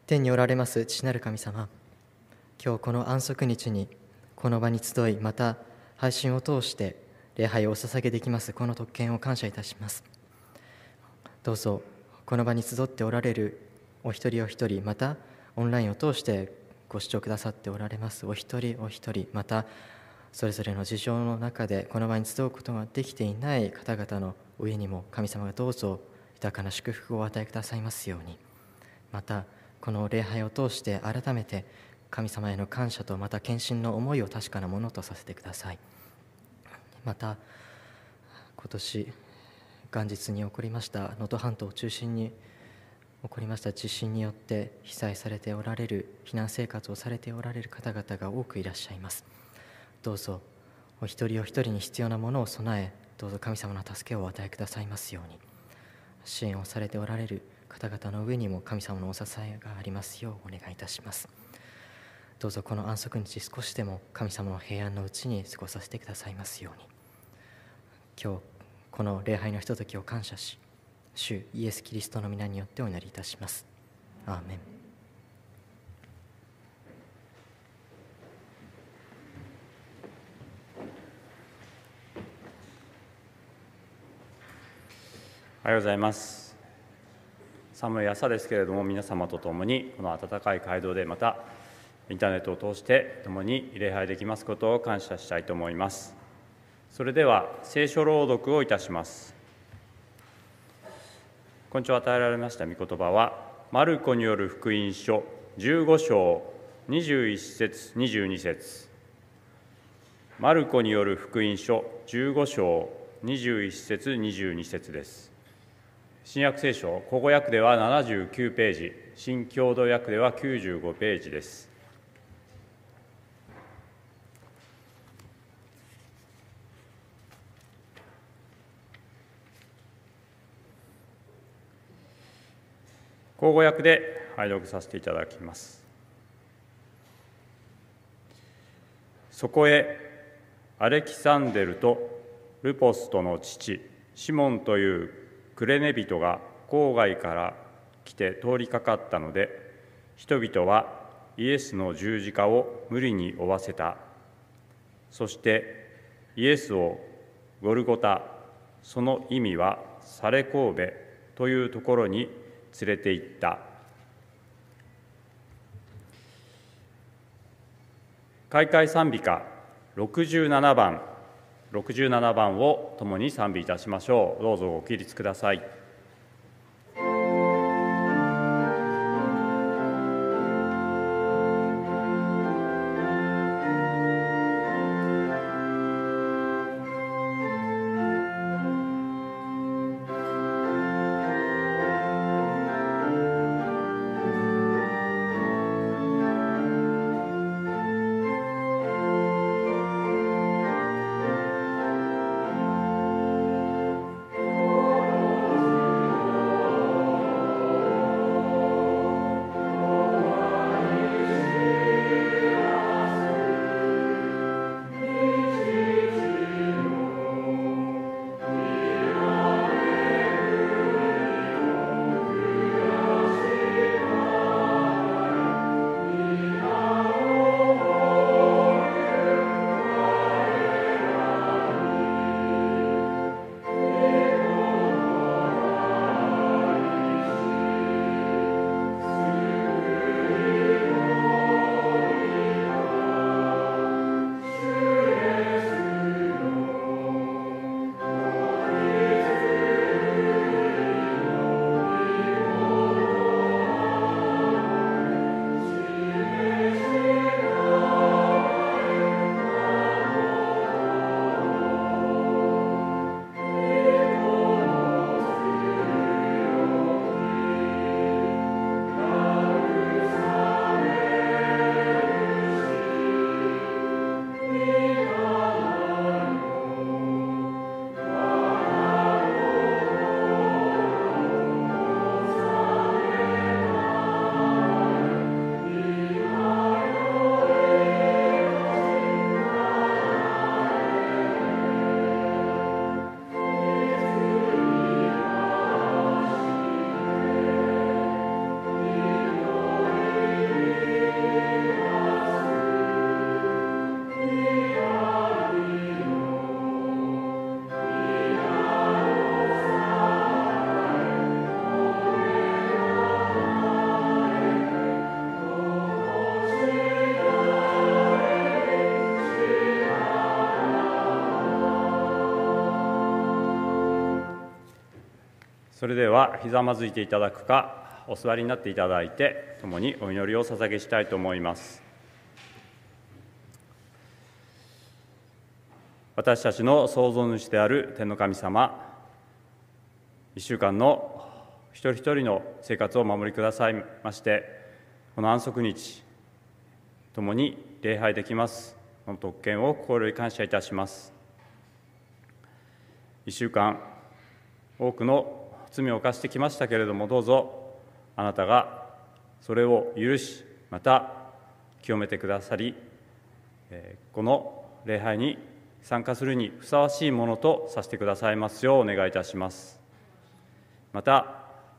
天におられます父なる神様、今日この安息日にこの場に集い、また配信を通して礼拝をお捧げできますこの特権を感謝いたします。どうぞこの場に集っておられるお一人お一人、またオンラインを通してご視聴くださっておられますお一人お一人、またそれぞれの事情の中でこの場に集うことができていない方々の上にも神様がどうぞ豊かな祝福をお与えくださいますように、またこの礼拝を通して改めて神様への感謝とまた献身の思いを確かなものとさせてください。また今年元日に起こりました能登半島を中心に起こりました地震によって被災されておられる、避難生活をされておられる方々が多くいらっしゃいます。どうぞお一人お一人に必要なものを備え、どうぞ神様の助けをお与えくださいますように、支援をされておられる方々の上にも神様のお支えがありますようお願いいたします。どうぞこの安息日少しでも神様の平安のうちに過ごさせてくださいますように、今日この礼拝のひとときを感謝し、主イエス・キリストの皆によってお祈りいたします。アーメン。 おはようございます。寒い朝ですけれども、皆様と共にこの暖かい街道で、またインターネットを通して共に礼拝できますことを感謝したいと思います。それでは聖書朗読をいたします。今日与えられました御言葉は、マルコによる福音書15章21節22節。マルコによる福音書15章21節22節です。新約聖書口語訳では79ページ、新共同訳では95ページです。口語訳で拝読させていただきます。そこへアレキサンデルとルポスとの父シモンというクレネ人が郊外から来て通りかかったので、人々はイエスの十字架を無理に負わせた。そしてイエスをゴルゴタ、その意味はサレコーベというところに連れて行った。開会賛美歌67番を共に賛美いたしましょう。どうぞご起立ください。 それではひざまずいていただくかお座りになっていただいて共にお祈りを捧げしたいと思います。私たちの創造主である天の神様、1週間の一人一人の生活をお守りくださいまして、この安息日共に礼拝できますこの特権を心より感謝いたします。1週間多くの罪を犯してきましたけれども、どうぞあなたがそれを許し、また清めてくださり、この礼拝に参加するにふさわしいものとさせてくださいますようお願いいたします。また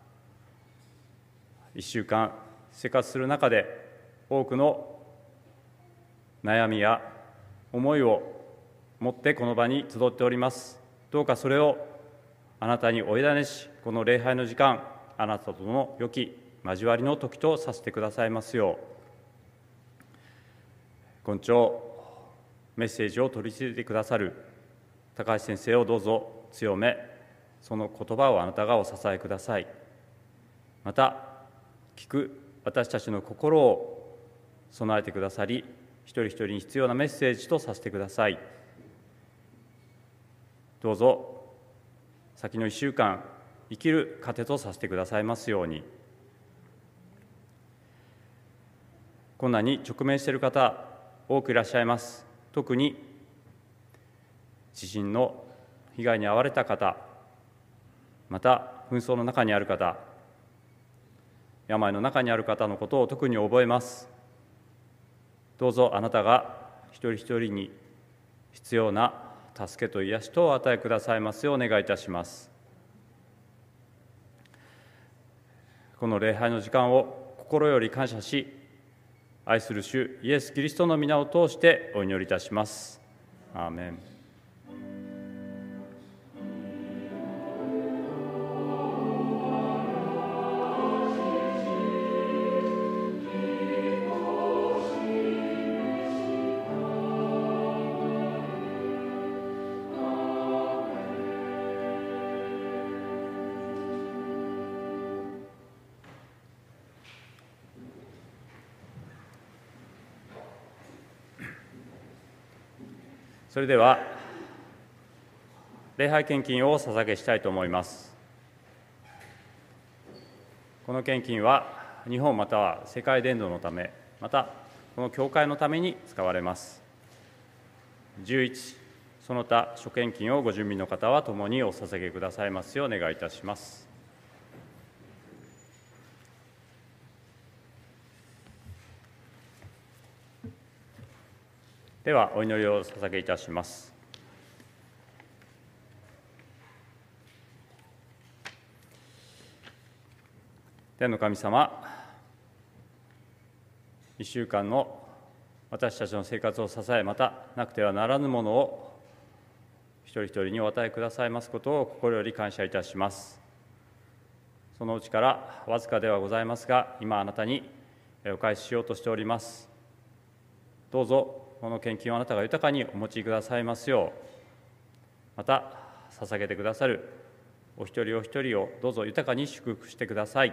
1週間生活する中で多くの悩みや思いを持ってこの場に集っております。どうかそれをあなたにお委ねし、この礼拝の時間、あなたとの良き交わりの時とさせてくださいますよう。今朝メッセージを取り次いでくださる高橋先生をどうぞ強め、その言葉をあなたがお支えください。また聞く私たちの心を備えてくださり、一人一人に必要なメッセージとさせてください。どうぞ先の1週間生きる糧とさせてくださいますように。困難に直面している方多くいらっしゃいます。特に地震の被害に遭われた方、また紛争の中にある方、病の中にある方のことを特に覚えます。どうぞあなたが一人一人に必要な助けと癒しとお与えくださいますようお願いいたします。この礼拝の時間を心より感謝し、愛する主イエス・キリストの皆を通してお祈りいたします。アーメン。それでは礼拝献金をお捧げしたいと思います。この献金は日本または世界伝道のため、またこの教会のために使われます。11、その他諸献金をご準備の方は共にお捧げくださいますようお願いいたします。ではお祈りを捧げいたします。天の神様、1週間の私たちの生活を支え、またなくてはならぬものを一人一人にお与えくださいますことを心より感謝いたします。そのうちからわずかではございますが、今あなたにお返ししようとしております。どうぞこの献金をあなたが豊かにお持ちくださいますよう、また捧げてくださるお一人お一人をどうぞ豊かに祝福してください。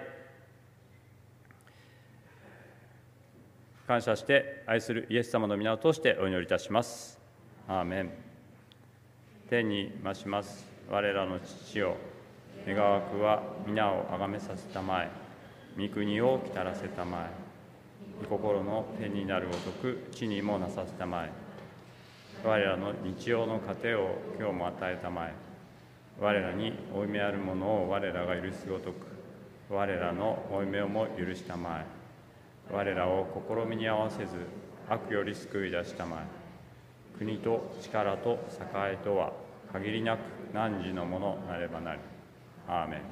感謝して愛するイエス様の皆を通してお祈りいたします。アーメン。天に増します我らの父よ、願わくは皆をあがめさせたまえ、御国をきたらせたまえ、御心の天になるごとく地にもなさせたまえ。我らの日曜の糧を今日も与えたまえ。我らに負い目あるものを我らが許すごとく、我らの負い目をも許したまえ。我らを試みに合わせず悪より救い出したまえ。国と力と栄とは限りなく汝のものなればなり。アーメン。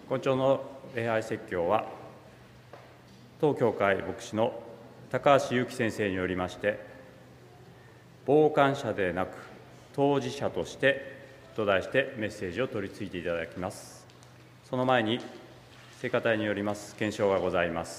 今朝の礼拝説教は、当教会牧師の高橋祐樹先生によりまして、傍観者でなく当事者としてと題してメッセージを取り次いでいただきます。その前に聖歌隊によります献唱がございます。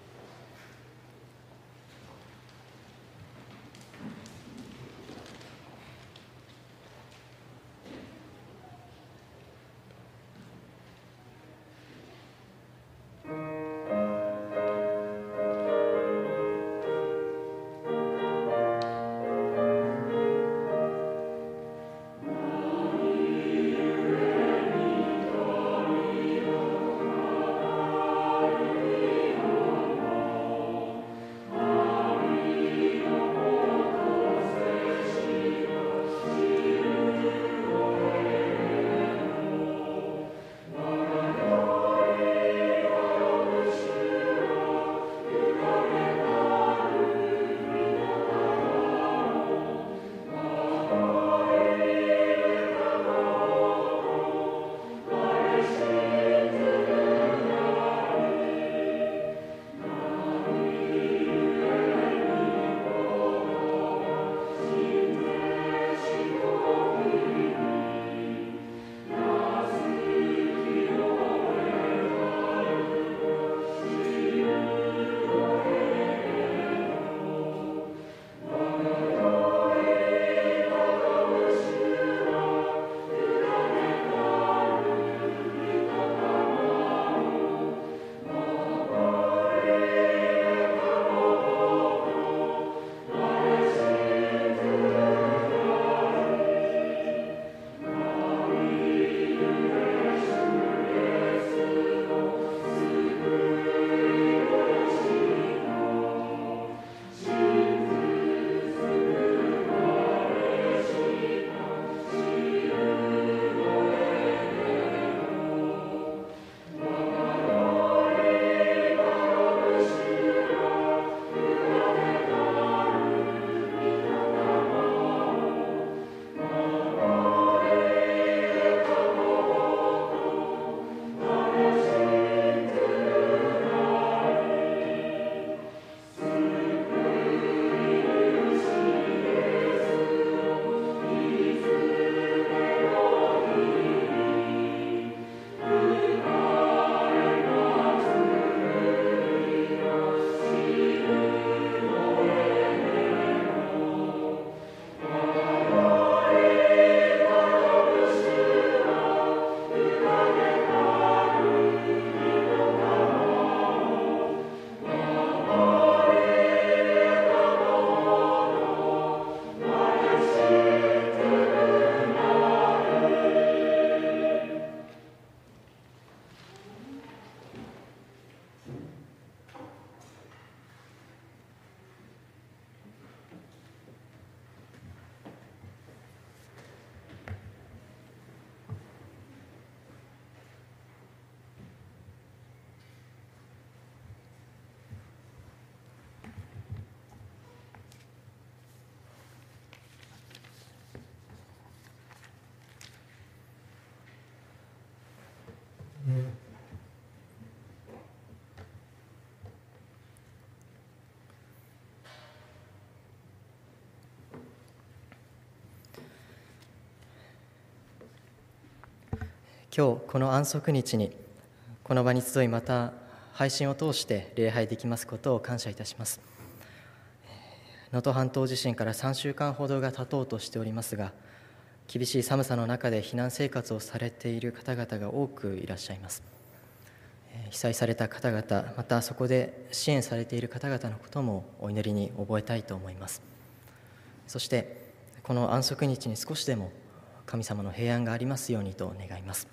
今日この安息日にこの場に集い、また配信を通して礼拝できますことを感謝いたします。能登半島地震から3週間ほどが経とうとしておりますが、厳しい寒さの中で避難生活をされている方々が多くいらっしゃいます。被災された方々、またそこで支援されている方々のこともお祈りに覚えたいと思います。そしてこの安息日に少しでも神様の平安がありますようにと願います。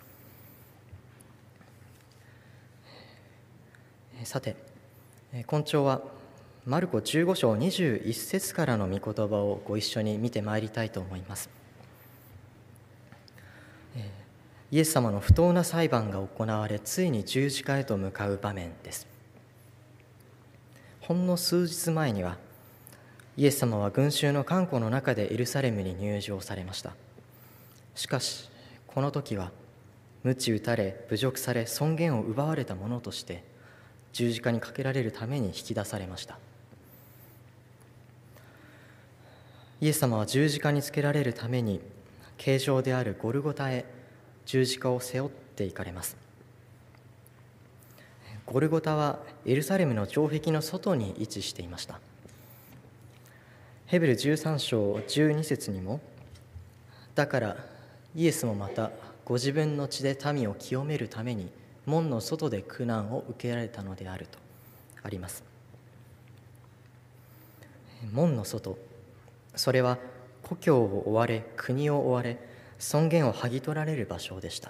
さて、今朝はマルコ15章21節からの御言葉をご一緒に見てまいりたいと思います。イエス様の不当な裁判が行われ、ついに十字架へと向かう場面です。ほんの数日前にはイエス様は群衆の歓呼の中でエルサレムに入場されました。しかしこの時は鞭打たれ侮辱され尊厳を奪われたものとして十字架にかけられるために引き出されました。イエス様は十字架につけられるために形状であるゴルゴタへ十字架を背負っていかれます。ゴルゴタはエルサレムの城壁の外に位置していました。ヘブル13章12節にも、だからイエスもまたご自分の血で民を清めるために門の外で苦難を受けられたのであるとあります。門の外、それは故郷を追われ国を追われ尊厳を剥ぎ取られる場所でした。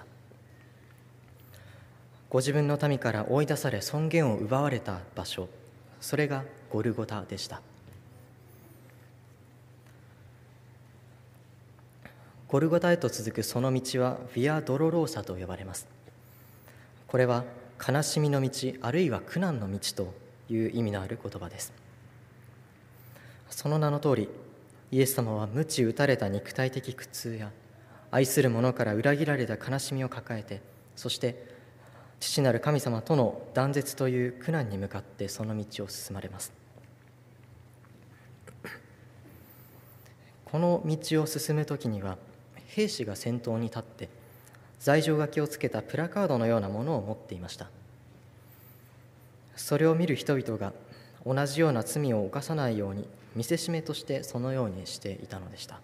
ご自分の民から追い出され尊厳を奪われた場所、それがゴルゴタでした。ゴルゴタへと続くその道はヴィア・ドロローサと呼ばれます。これは悲しみの道、あるいは苦難の道という意味のある言葉です。その名の通り、イエス様は鞭打たれた肉体的苦痛や愛する者から裏切られた悲しみを抱えて、そして父なる神様との断絶という苦難に向かってその道を進まれます。この道を進むときには兵士が先頭に立って罪状書きをつけたプラカードのようなものを持っていました。それを見る人々が同じような罪を犯さないように見せしめとしてそのようにしていたのでした。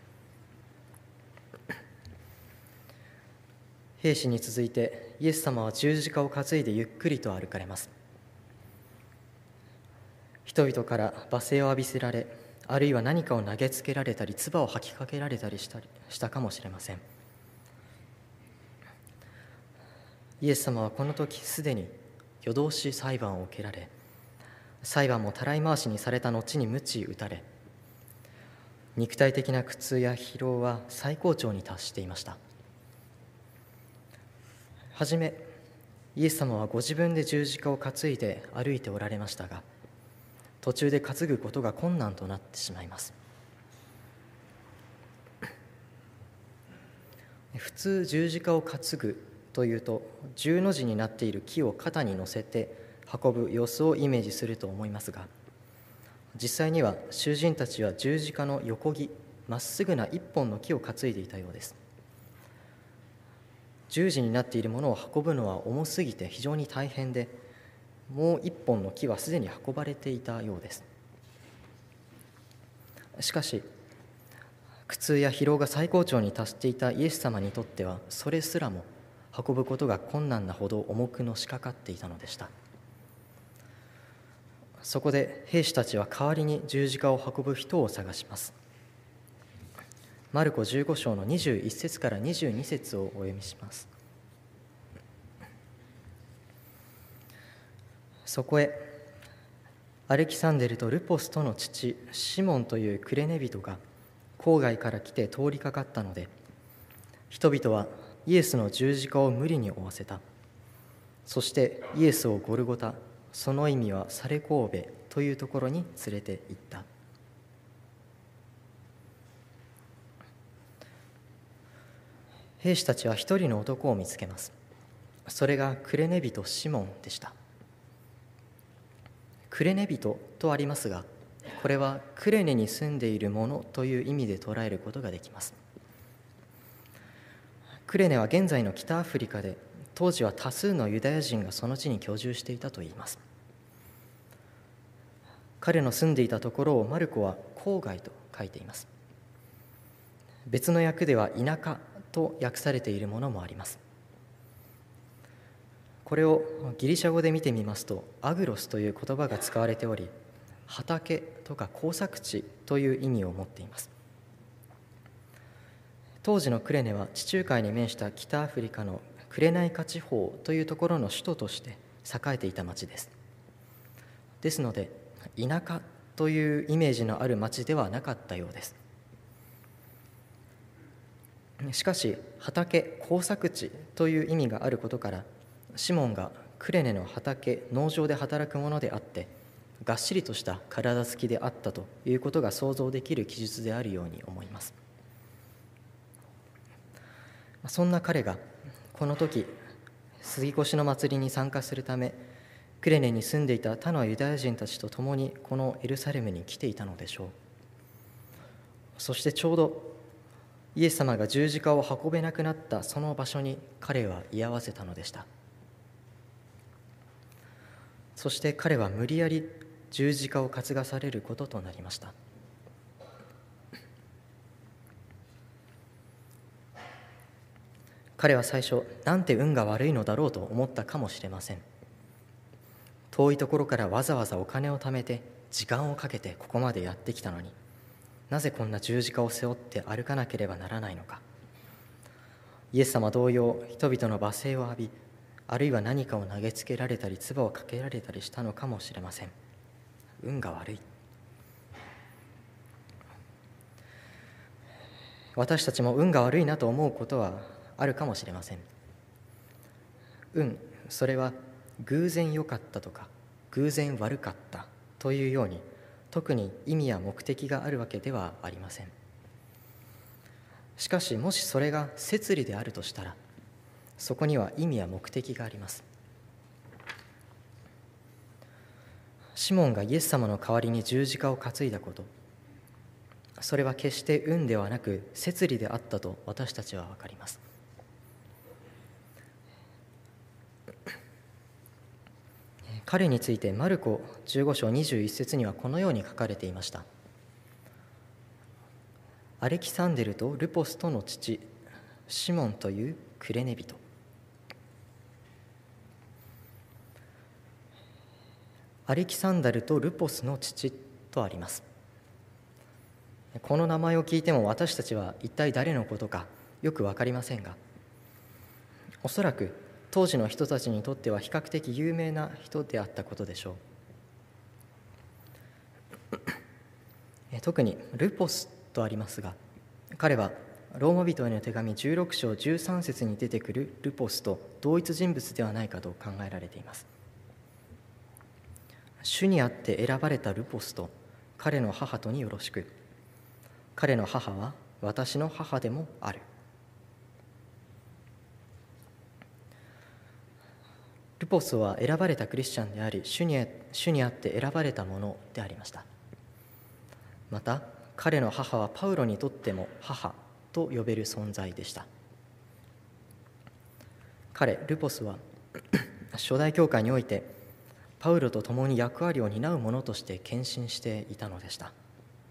兵士に続いてイエス様は十字架を担いでゆっくりと歩かれます。人々から罵声を浴びせられ、あるいは何かを投げつけられたり唾を吐きかけられたりしたかもしれません。イエス様はこの時すでに夜通し裁判を受けられ、裁判もたらい回しにされた後に鞭打たれ、肉体的な苦痛や疲労は最高潮に達していました。はじめイエス様はご自分で十字架を担いで歩いておられましたが、途中で担ぐことが困難となってしまいます。普通十字架を担ぐというと、十の字になっている木を肩に乗せて運ぶ様子をイメージすると思いますが、実際には囚人たちは十字架の横木、まっすぐな一本の木を担いでいたようです。十字になっているものを運ぶのは重すぎて非常に大変で、もう一本の木はすでに運ばれていたようです。しかし苦痛や疲労が最高潮に達していたイエス様にとっては、それすらも運ぶことが困難なほど重くのしかかっていたのでした。そこで兵士たちは代わりに十字架を運ぶ人を探します。マルコ15章の21節から22節をお読みします。そこへアレキサンデルとルポスとの父シモンというクレネ人が郊外から来て通りかかったので、人々はイエスの十字架を無理に負わせた。そしてイエスをゴルゴタ、その意味はサレコーベというところに連れて行った。兵士たちは一人の男を見つけます。それがクレネ人シモンでした。クレネ人とありますが、これはクレネに住んでいる者という意味で捉えることができます。クレネは現在の北アフリカで、当時は多数のユダヤ人がその地に居住していたといいます。彼の住んでいたところをマルコは郊外と書いています。別の訳では田舎と訳されているものもあります。これをギリシャ語で見てみますと、アグロスという言葉が使われており、畑とか耕作地という意味を持っています。当時のクレネは地中海に面した北アフリカのクレナイカ地方というところの首都として栄えていた町です。ですので田舎というイメージのある町ではなかったようです。しかし畑、耕作地という意味があることから、シモンがクレネの畑、農場で働くものであって、がっしりとした体つきであったということが想像できる記述であるように思います。そんな彼がこの時、杉越の祭りに参加するため、クレネに住んでいた他のユダヤ人たちと共にこのエルサレムに来ていたのでしょう。そしてちょうどイエス様が十字架を運べなくなったその場所に彼は居合わせたのでした。そして彼は無理やり十字架を担がされることとなりました。彼は最初、なんて運が悪いのだろうと思ったかもしれません。遠いところからわざわざお金を貯めて時間をかけてここまでやってきたのに、なぜこんな十字架を背負って歩かなければならないのか。イエス様同様、人々の罵声を浴び、あるいは何かを投げつけられたり唾をかけられたりしたのかもしれません。運が悪い。私たちも運が悪いなと思うことはあるかもしれません。それは偶然良かったとか偶然悪かったというように、特に意味や目的があるわけではありません。しかし、もしそれが摂理であるとしたら、そこには意味や目的があります。シモンがイエス様の代わりに十字架を担いだこと、それは決して運ではなく摂理であったと私たちは分かります。彼についてマルコ15章21節にはこのように書かれていました。アレキサンデルとルポスとの父シモンというクレネ人。アレキサンダルとルポスの父とあります。この名前を聞いても私たちは一体誰のことかよく分かりませんが、おそらく当時の人たちにとっては比較的有名な人であったことでしょう。特にルポスとありますが、彼はローマ人への手紙16章13節に出てくるルポスと同一人物ではないかと考えられています。主にあって選ばれたルポスと彼の母とによろしく。彼の母は私の母でもある。ルポスは選ばれたクリスチャンであり、主にあって選ばれたものでありました。また、彼の母はパウロにとっても母と呼べる存在でした。ルポスは初代教会においてパウロと共に役割を担う者として献身していたのでした。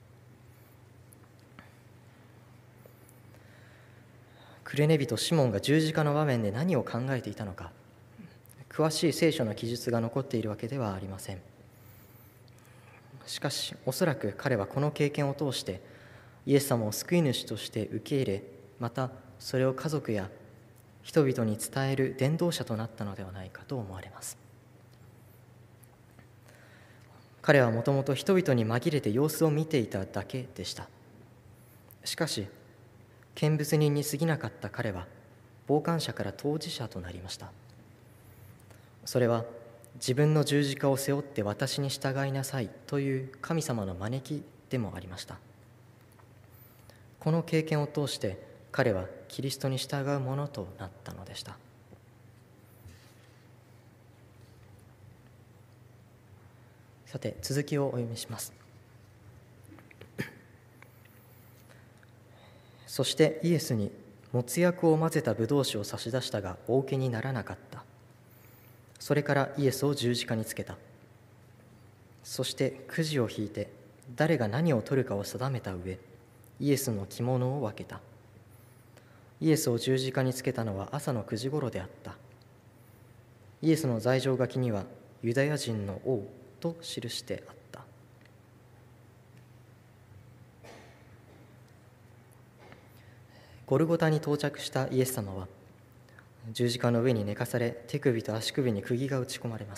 クレネ人シモンが十字架の場面で何を考えていたのか、詳しい聖書の記述が残っているわけではありません。しかし、おそらく彼はこの経験を通してイエス様を救い主として受け入れ、またそれを家族や人々に伝える伝道者となったのではないかと思われます。彼はもともと人々に紛れて様子を見ていただけでした。しかし、見物人に過ぎなかった彼は傍観者から当事者となりました。それは自分の十字架を背負って私に従いなさいという神様の招きでもありました。この経験を通して彼はキリストに従うものとなったのでした。さて、続きをお読みします。そしてイエスにもつ薬を混ぜたブドウ酒を差し出したがお受けにならなかった。それからイエスを十字架につけた。そしてくじを引いて誰が何を取るかを定めた上、イエスの着物を分けた。イエスを十字架につけたのは朝の9時ごろであった。イエスの罪状書きにはユダヤ人の王と記してあった。ゴルゴタに到着したイエス様は十字架の上に寝かされ、手首と足首に釘が打ち込まれます。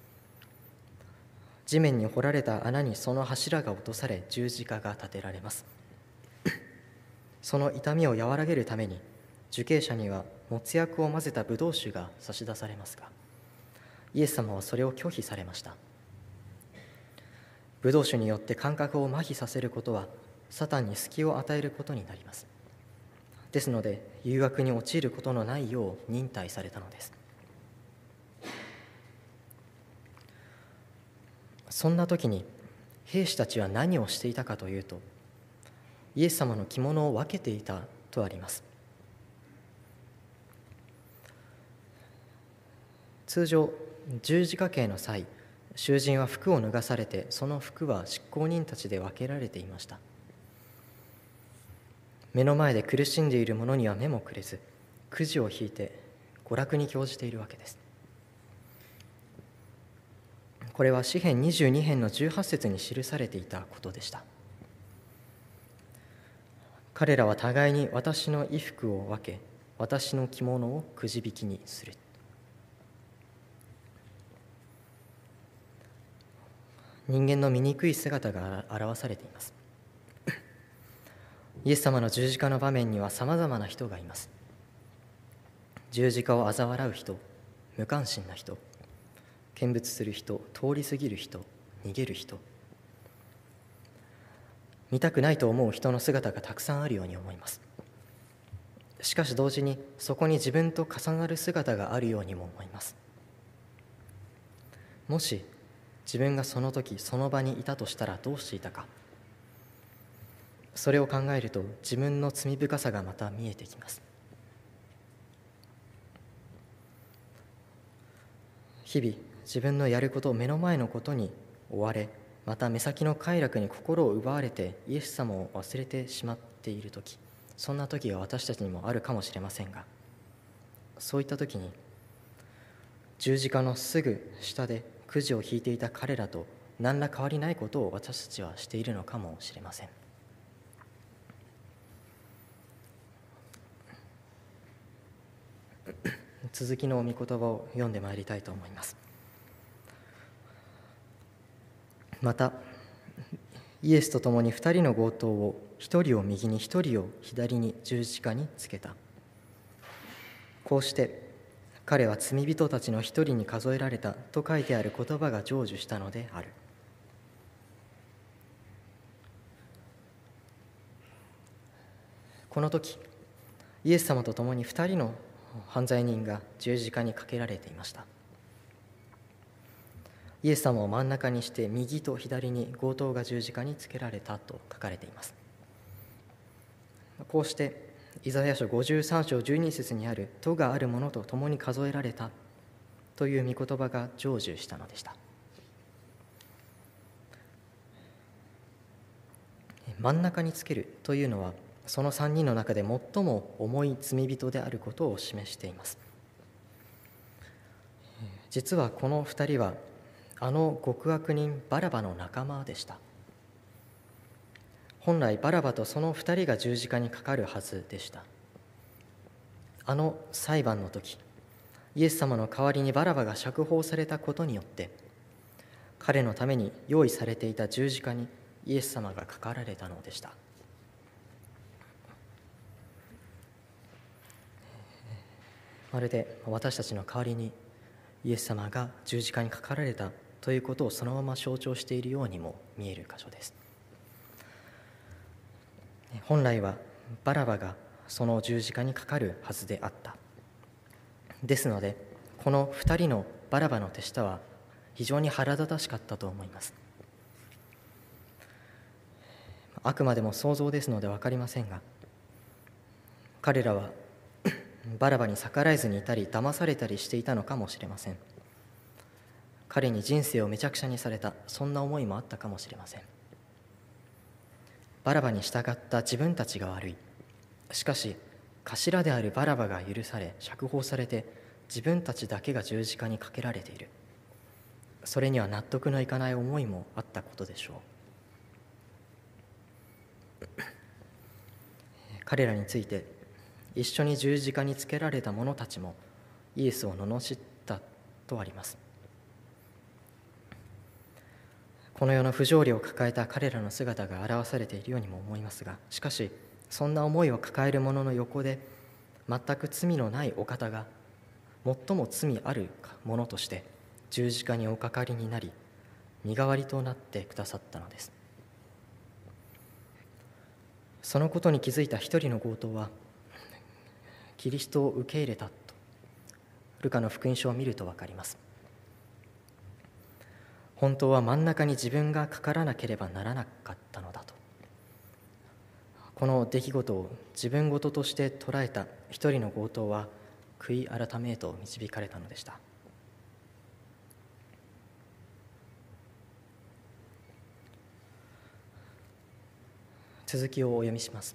地面に掘られた穴にその柱が落とされ、十字架が立てられます。その痛みを和らげるために受刑者にはもつ薬を混ぜたブドウ酒が差し出されますが、イエス様はそれを拒否されました。ブドウ酒によって感覚を麻痺させることはサタンに隙を与えることになります。 ですので誘惑に陥ることのないよう忍耐されたのです。そんな時に兵士たちは何をしていたかというと、イエス様の着物を分けていたとあります。通常十字架刑の際、囚人は服を脱がされて、その服は執行人たちで分けられていました。目の前で苦しんでいる者には目もくれず、くじを引いて娯楽に興じているわけです。これは詩編22編の18節に記されていたことでした。彼らは互いに私の衣服を分け、私の着物をくじ引きにする。人間の醜い姿が表されています。イエス様の十字架の場面にはさまざまな人がいます。十字架を嘲笑う人、無関心な人、見物する人、通り過ぎる人、逃げる人、見たくないと思う人の姿がたくさんあるように思います。しかし同時にそこに自分と重なる姿があるようにも思います。もし自分がその時その場にいたとしたらどうしていたか、それを考えると自分の罪深さがまた見えてきます。日々自分のやること、目の前のことに追われ、また目先の快楽に心を奪われてイエス様を忘れてしまっている時、そんな時が私たちにもあるかもしれませんが、そういった時に十字架のすぐ下でくじを引いていた彼らと何ら変わりないことを私たちはしているのかもしれません。続きの御言葉を読んでまいりたいと思います。またイエスと共に2人の強盗を、1人を右に1人を左に十字架につけた。こうして彼は罪人たちの一人に数えられたと書いてある言葉が成就したのである。この時イエス様と共に2人の犯罪人が十字架にかけられていました。イエス様を真ん中にして右と左に強盗が十字架につけられたと書かれています。こうしてイザヤ書53章12節にある「戸がある者と共に数えられた」という御言葉が成就したのでした。真ん中につけるというのは、その3人の中で最も重い罪人であることを示しています。実はこの2人はあの極悪人バラバの仲間でした。本来バラバとその2人が十字架にかかるはずでした。あの裁判の時、イエス様の代わりにバラバが釈放されたことによって、彼のために用意されていた十字架にイエス様がかかられたのでした。まるで私たちの代わりにイエス様が十字架にかかられたということをそのまま象徴しているようにも見える箇所です。本来はバラバがその十字架にかかるはずであった。ですのでこの2人のバラバの手下は非常に腹立たしかったと思います。あくまでも想像ですので分かりませんが、彼らはバラバに逆らえずにいたり騙されたりしていたのかもしれません。彼に人生をめちゃくちゃにされた、そんな思いもあったかもしれません。バラバに従った自分たちが悪い。しかし頭であるバラバが許され釈放されて、自分たちだけが十字架にかけられている。それには納得のいかない思いもあったことでしょう。彼らについて一緒に十字架につけられた者たちもイエスを罵ったとあります。この世の不条理を抱えた彼らの姿が表されているようにも思いますが、しかしそんな思いを抱える者の横で全く罪のないお方が最も罪ある者として十字架におかかりになり、身代わりとなってくださったのです。そのことに気づいた一人の強盗はキリストを受け入れたとルカの福音書を見ると分かります。本当は真ん中に自分がかからなければならなかったのだと。この出来事を自分事として捉えた一人の強盗は悔い改めへと導かれたのでした。続きをお読みします。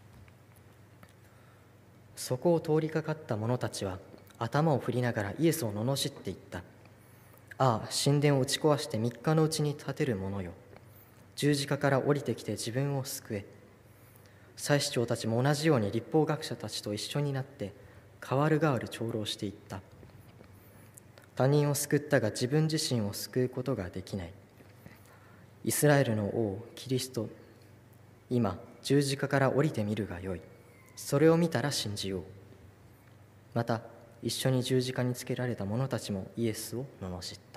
そこを通りかかった者たちは頭を振りながらイエスを罵っていった。ああ、神殿を打ち壊して3日のうちに建てる者よ。十字架から降りてきて自分を救え。祭司長たちも同じように立法学者たちと一緒になって代わる代わる長老していった。他人を救ったが自分自身を救うことができない。イスラエルの王キリスト、今十字架から降りてみるがよい。それを見たら信じよう。また一緒に十字架につけられた者たちもイエスを罵った。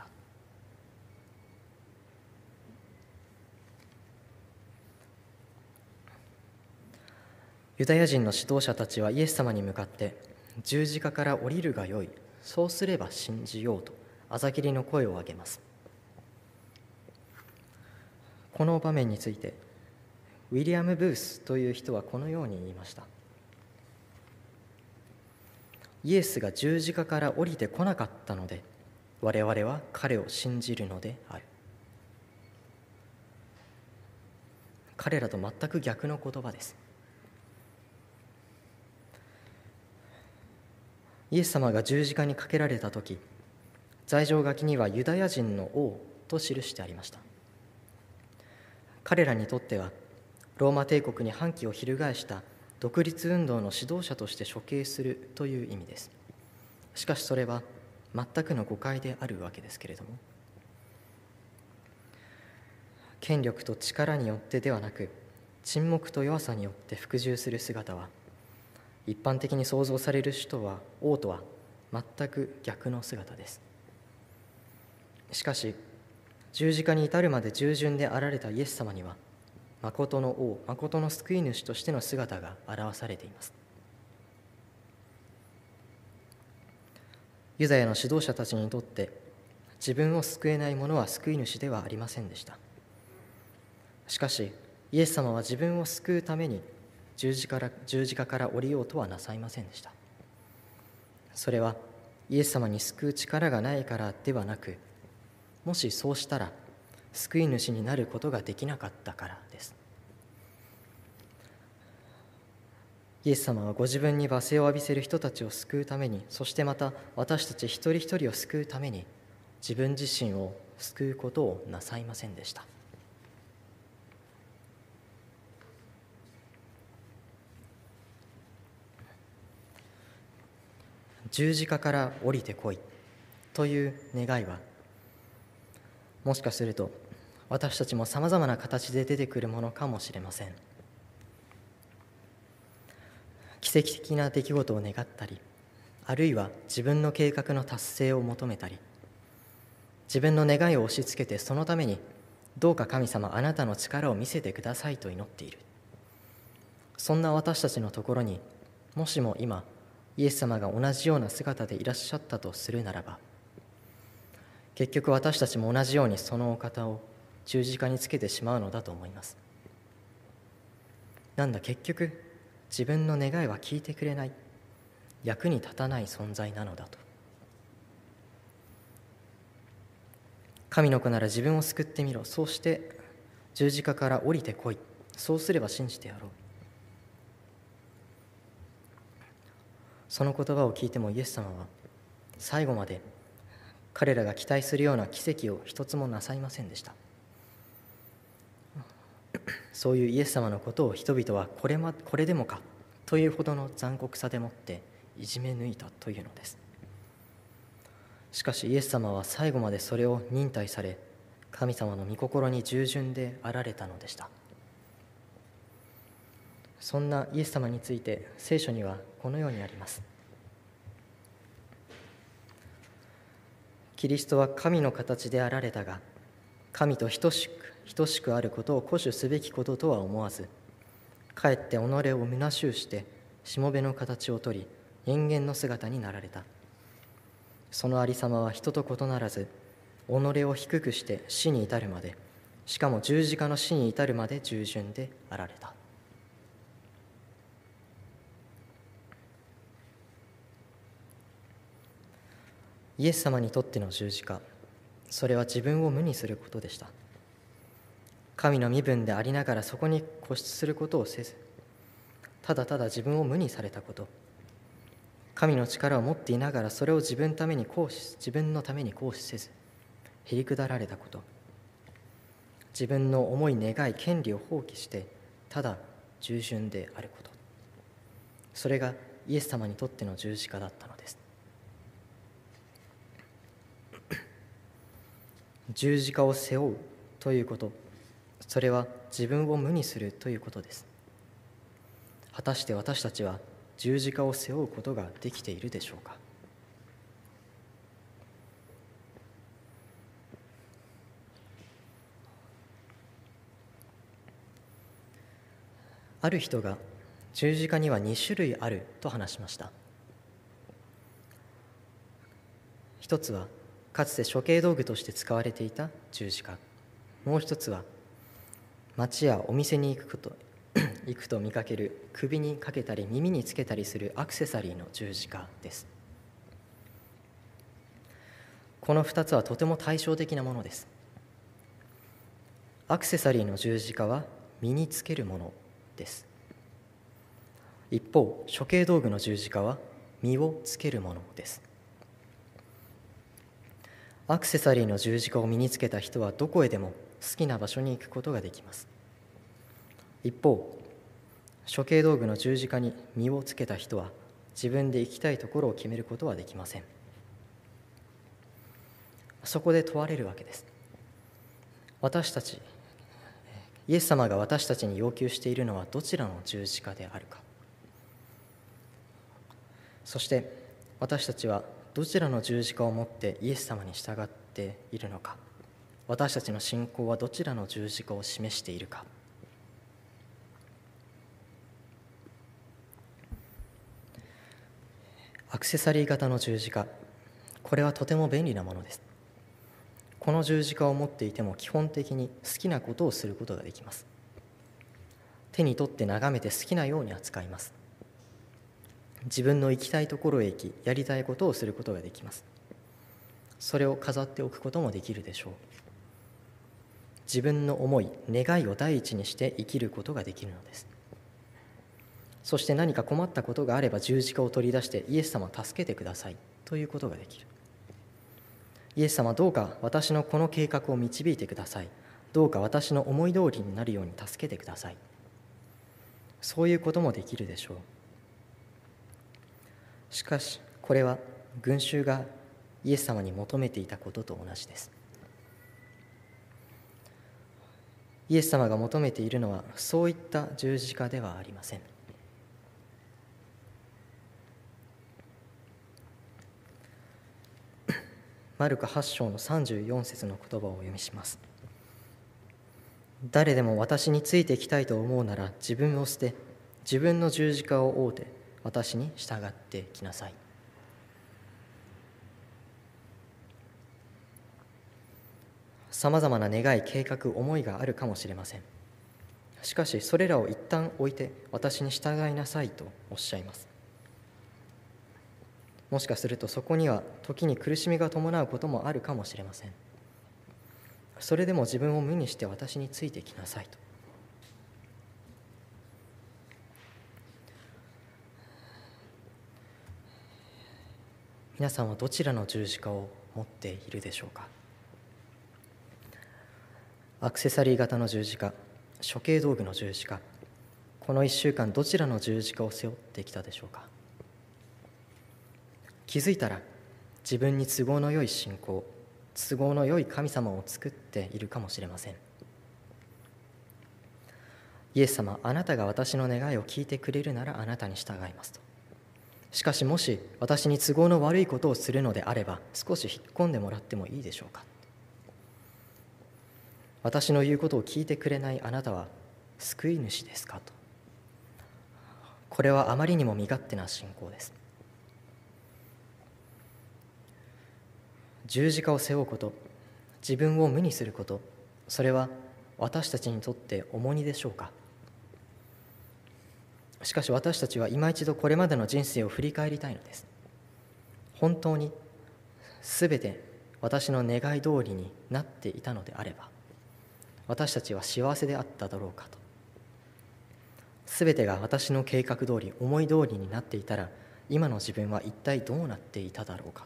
ユダヤ人の指導者たちはイエス様に向かって十字架から降りるがよい、そうすれば信じようとあざきりの声を上げます。この場面についてウィリアム・ブースという人はこのように言いました。イエスが十字架から降りてこなかったので我々は彼を信じるのである。彼らと全く逆の言葉です。イエス様が十字架にかけられたとき、罪状書きにはユダヤ人の王と記してありました。彼らにとってはローマ帝国に反旗を翻した独立運動の指導者として処刑するという意味です。しかしそれは全くの誤解であるわけですけれども、権力と力によってではなく沈黙と弱さによって服従する姿は一般的に想像される王とは全く逆の姿です。しかし十字架に至るまで従順であられたイエス様には誠の王、誠の救い主としての姿が表されています。ユダヤの指導者たちにとって自分を救えない者は救い主ではありませんでした。しかしイエス様は自分を救うために十字架から降りようとはなさいませんでした。それはイエス様に救う力がないからではなく、もしそうしたら救い主になることができなかったからです。イエス様はご自分に罵声を浴びせる人たちを救うために、そしてまた私たち一人一人を救うために自分自身を救うことをなさいませんでした。十字架から降りてこいという願いは、もしかすると私たちもさまざまな形で出てくるものかもしれません。奇跡的な出来事を願ったり、あるいは自分の計画の達成を求めたり、自分の願いを押し付けてそのためにどうか神様あなたの力を見せてくださいと祈っている。そんな私たちのところにもしも今イエス様が同じような姿でいらっしゃったとするならば、結局私たちも同じようにそのお方を十字架につけてしまうのだと思います。なんだ、結局自分の願いは聞いてくれない、役に立たない存在なのだと。神の子なら自分を救ってみろ、そうして十字架から降りてこい、そうすれば信じてやろう。その言葉を聞いてもイエス様は最後まで彼らが期待するような奇跡を一つもなさいませんでした。そういうイエス様のことを人々はこれでもかというほどの残酷さでもっていじめ抜いたというのです。しかしイエス様は最後までそれを忍耐され、神様の御心に従順であられたのでした。そんなイエス様について聖書にはこのようにあります。キリストは神の形であられたが、神と等しくあることを固守すべきこととは思わず、かえって己を虚しゅうしてしもべの形をとり、 人間の姿になられた。そのありさまは人と異ならず、己を低くして死に至るまで、しかも十字架の死に至るまで従順であられた。イエス様にとっての十字架、それは自分を無にすることでした。神の身分でありながらそこに固執することをせず、ただただ自分を無にされたこと、神の力を持っていながらそれを自分のために行使せず、へりくだられたこと、自分の思い願い権利を放棄してただ従順であること、それがイエス様にとっての十字架だったのです。十字架を背負うということ、それは自分を無にするということです。果たして私たちは十字架を背負うことができているでしょうか。ある人が十字架には2種類あると話しました。一つはかつて処刑道具として使われていた十字架、もう一つは町やお店に行くと見かける首にかけたり耳につけたりするアクセサリーの十字架です。この2つはとても対照的なものです。アクセサリーの十字架は身につけるものです。一方、処刑道具の十字架は身をつけるものです。アクセサリーの十字架を身につけた人はどこへでも好きな場所に行くことができます。一方、処刑道具の十字架に身をつけた人は自分で行きたいところを決めることはできません。そこで問われるわけです。イエス様が私たちに要求しているのはどちらの十字架であるか。そして私たちはどちらの十字架を持ってイエス様に従っているのか。私たちの信仰はどちらの十字架を示しているか。アクセサリー型の十字架、これはとても便利なものです。この十字架を持っていても基本的に好きなことをすることができます。手に取って眺めて好きなように扱います。自分の行きたいところへ行き、やりたいことをすることができます。それを飾っておくこともできるでしょう。自分の思い、願いを第一にして生きることができるのです。そして何か困ったことがあれば十字架を取り出してイエス様助けてくださいということができる。イエス様どうか私のこの計画を導いてください。どうか私の思い通りになるように助けてください。そういうこともできるでしょう。しかしこれは群衆がイエス様に求めていたことと同じです。イエス様が求めているのはそういった十字架ではありません。マルコ8章の34節の言葉をお読みします。誰でも私についてきたいと思うなら自分を捨て、自分の十字架を追うて私に従ってきなさい。さまざまな願い、計画、思いがあるかもしれません。しかしそれらを一旦置いて私に従いなさいとおっしゃいます。もしかするとそこには時に苦しみが伴うこともあるかもしれません。それでも自分を無にして私についてきなさいと。皆さんはどちらの十字架を持っているでしょうか。アクセサリー型の十字架、処刑道具の十字架、この1週間どちらの十字架を背負ってきたでしょうか。気づいたら自分に都合のよい信仰、都合のよい神様を作っているかもしれません。イエス様、あなたが私の願いを聞いてくれるならあなたに従いますと。しかしもし私に都合の悪いことをするのであれば少し引っ込んでもらってもいいでしょうか。私の言うことを聞いてくれないあなたは救い主ですかと。これはあまりにも身勝手な信仰です。 十字架を背負うこと、自分を無にすること、それは私たちにとって重荷でしょうか。しかし私たちは今一度これまでの人生を振り返りたいのです。本当にすべて私の願い通りになっていたのであれば、私たちは幸せであっただろうかと。すべてが私の計画通り、思い通りになっていたら、今の自分は一体どうなっていただろうかと。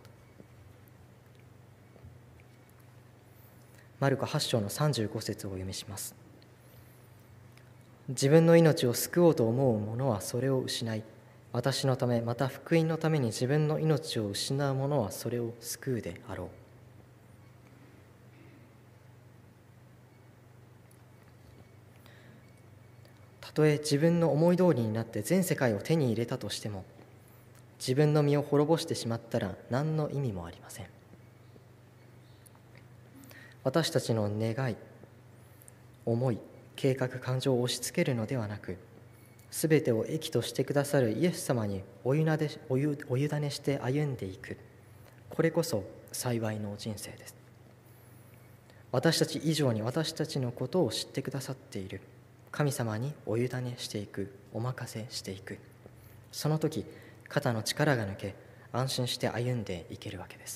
マルコ8章の35節をお読みします。自分の命を救おうと思う者はそれを失い、私のため、また福音のために自分の命を失う者はそれを救うであろう。たとえ自分の思い通りになって全世界を手に入れたとしても、自分の身を滅ぼしてしまったら何の意味もありません。私たちの願い、思い、計画、感情を押し付けるのではなく、すべてを益としてくださるイエス様にお委ねして歩んでいく。これこそ幸いの人生です。私たち以上に私たちのことを知ってくださっている神様にお委ねしていく、お任せしていく。その時、肩の力が抜け、安心して歩んでいけるわけです。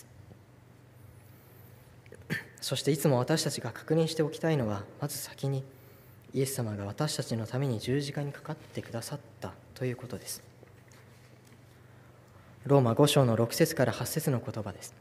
そしていつも私たちが確認しておきたいのは、まず先にイエス様が私たちのために十字架にかかってくださったということです。ローマ5章の6節から8節の言葉です。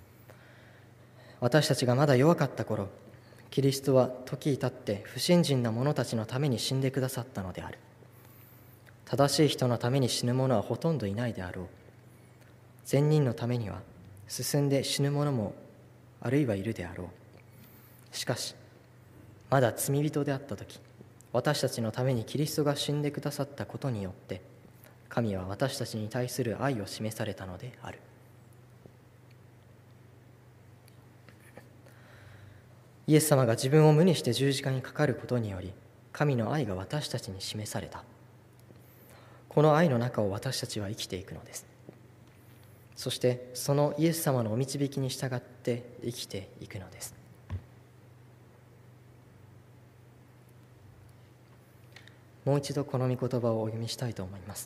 私たちがまだ弱かった頃、キリストは時至って不信心な者たちのために死んでくださったのである。正しい人のために死ぬ者はほとんどいないであろう。善人のためには進んで死ぬ者もあるいはいるであろう。しかし、まだ罪人であったとき、私たちのためにキリストが死んでくださったことによって、神は私たちに対する愛を示されたのである。イエス様が自分を無にして十字架にかかることにより、神の愛が私たちに示された。この愛の中を私たちは生きていくのです。そしてそのイエス様のお導きに従って生きていくのです。もう一度この御言葉をお読みしたいと思います。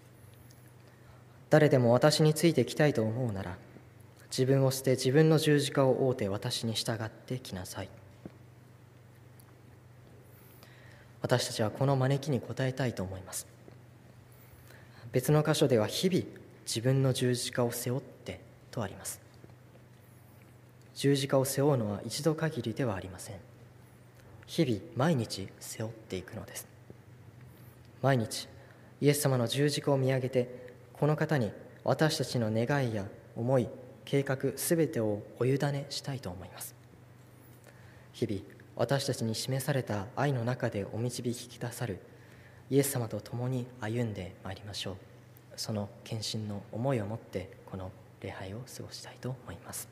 誰でも私についてきたいと思うなら、自分を捨て自分の十字架を負うて私に従ってきなさい。私たちはこの招きに応えたいと思います。別の箇所では日々自分の十字架を背負ってとあります。十字架を背負うのは一度限りではありません。日々毎日背負っていくのです。毎日イエス様の十字架を見上げて、この方に私たちの願いや思い、計画すべてをお委ねしたいと思います。日々私たちに示された愛の中でお導きくださるイエス様と共に歩んでまいりましょう。その献身の思いを持ってこの礼拝を過ごしたいと思います。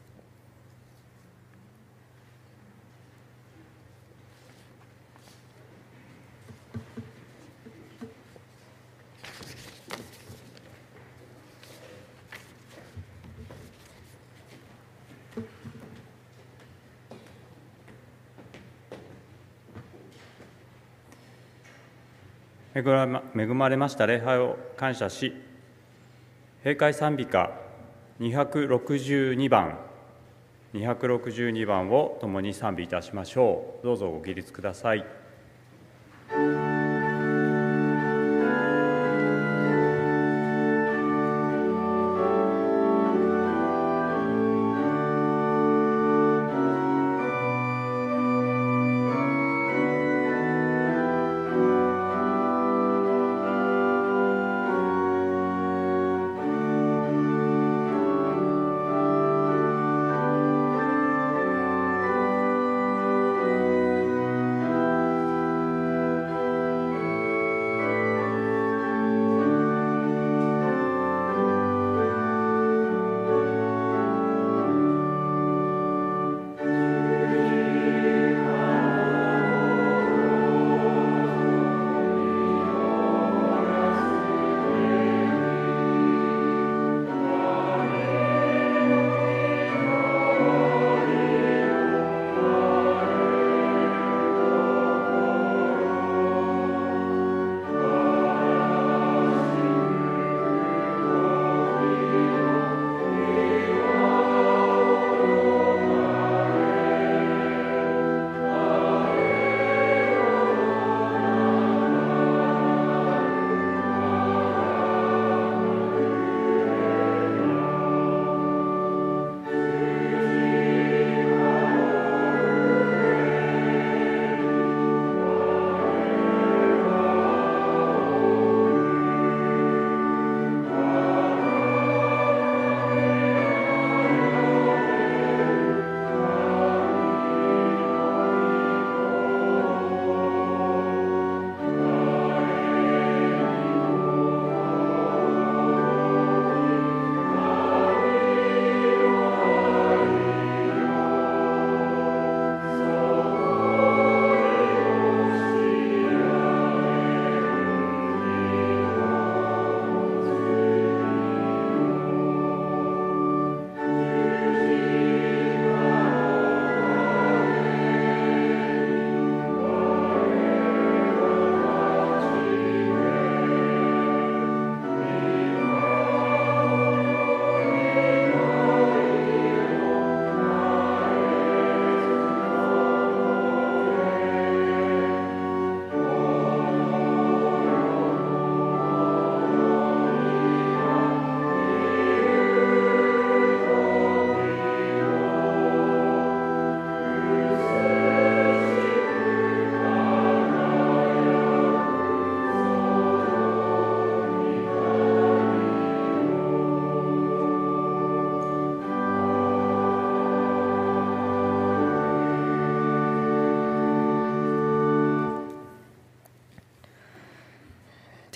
恵まれました礼拝を感謝し、閉会賛美歌262番を共に賛美いたしましょう。どうぞご起立ください。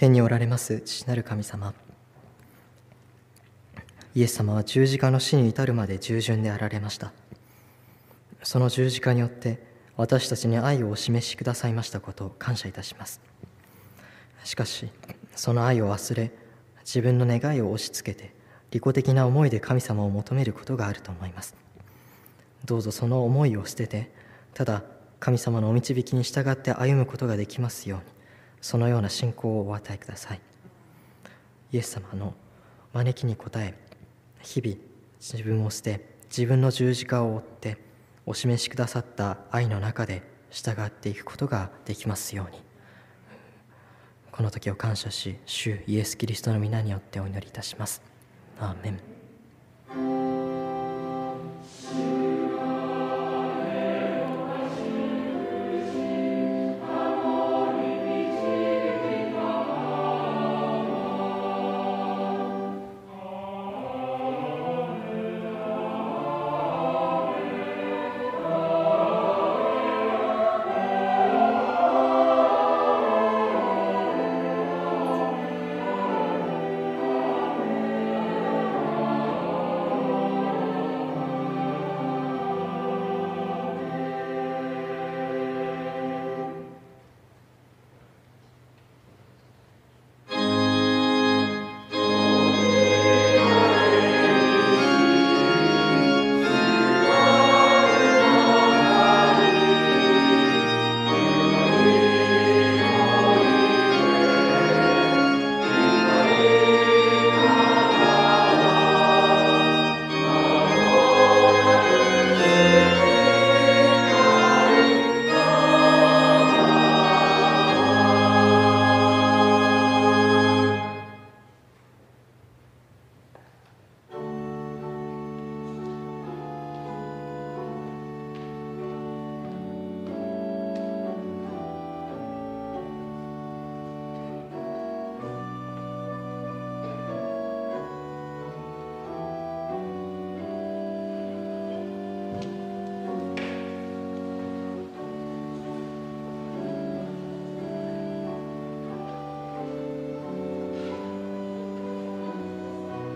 天におられます父なる神様、イエス様は十字架の死に至るまで従順であられました。その十字架によって私たちに愛をお示しくださいましたことを感謝いたします。しかしその愛を忘れ、自分の願いを押し付けて利己的な思いで神様を求めることがあると思います。どうぞその思いを捨てて、ただ神様のお導きに従って歩むことができますように、そのような信仰をお与えください。イエス様の招きに応え、日々自分を捨て、自分の十字架を追ってお示しくださった愛の中で従っていくことができますように、この時を感謝し、主イエス・キリストの皆によってお祈りいたします。アーメン。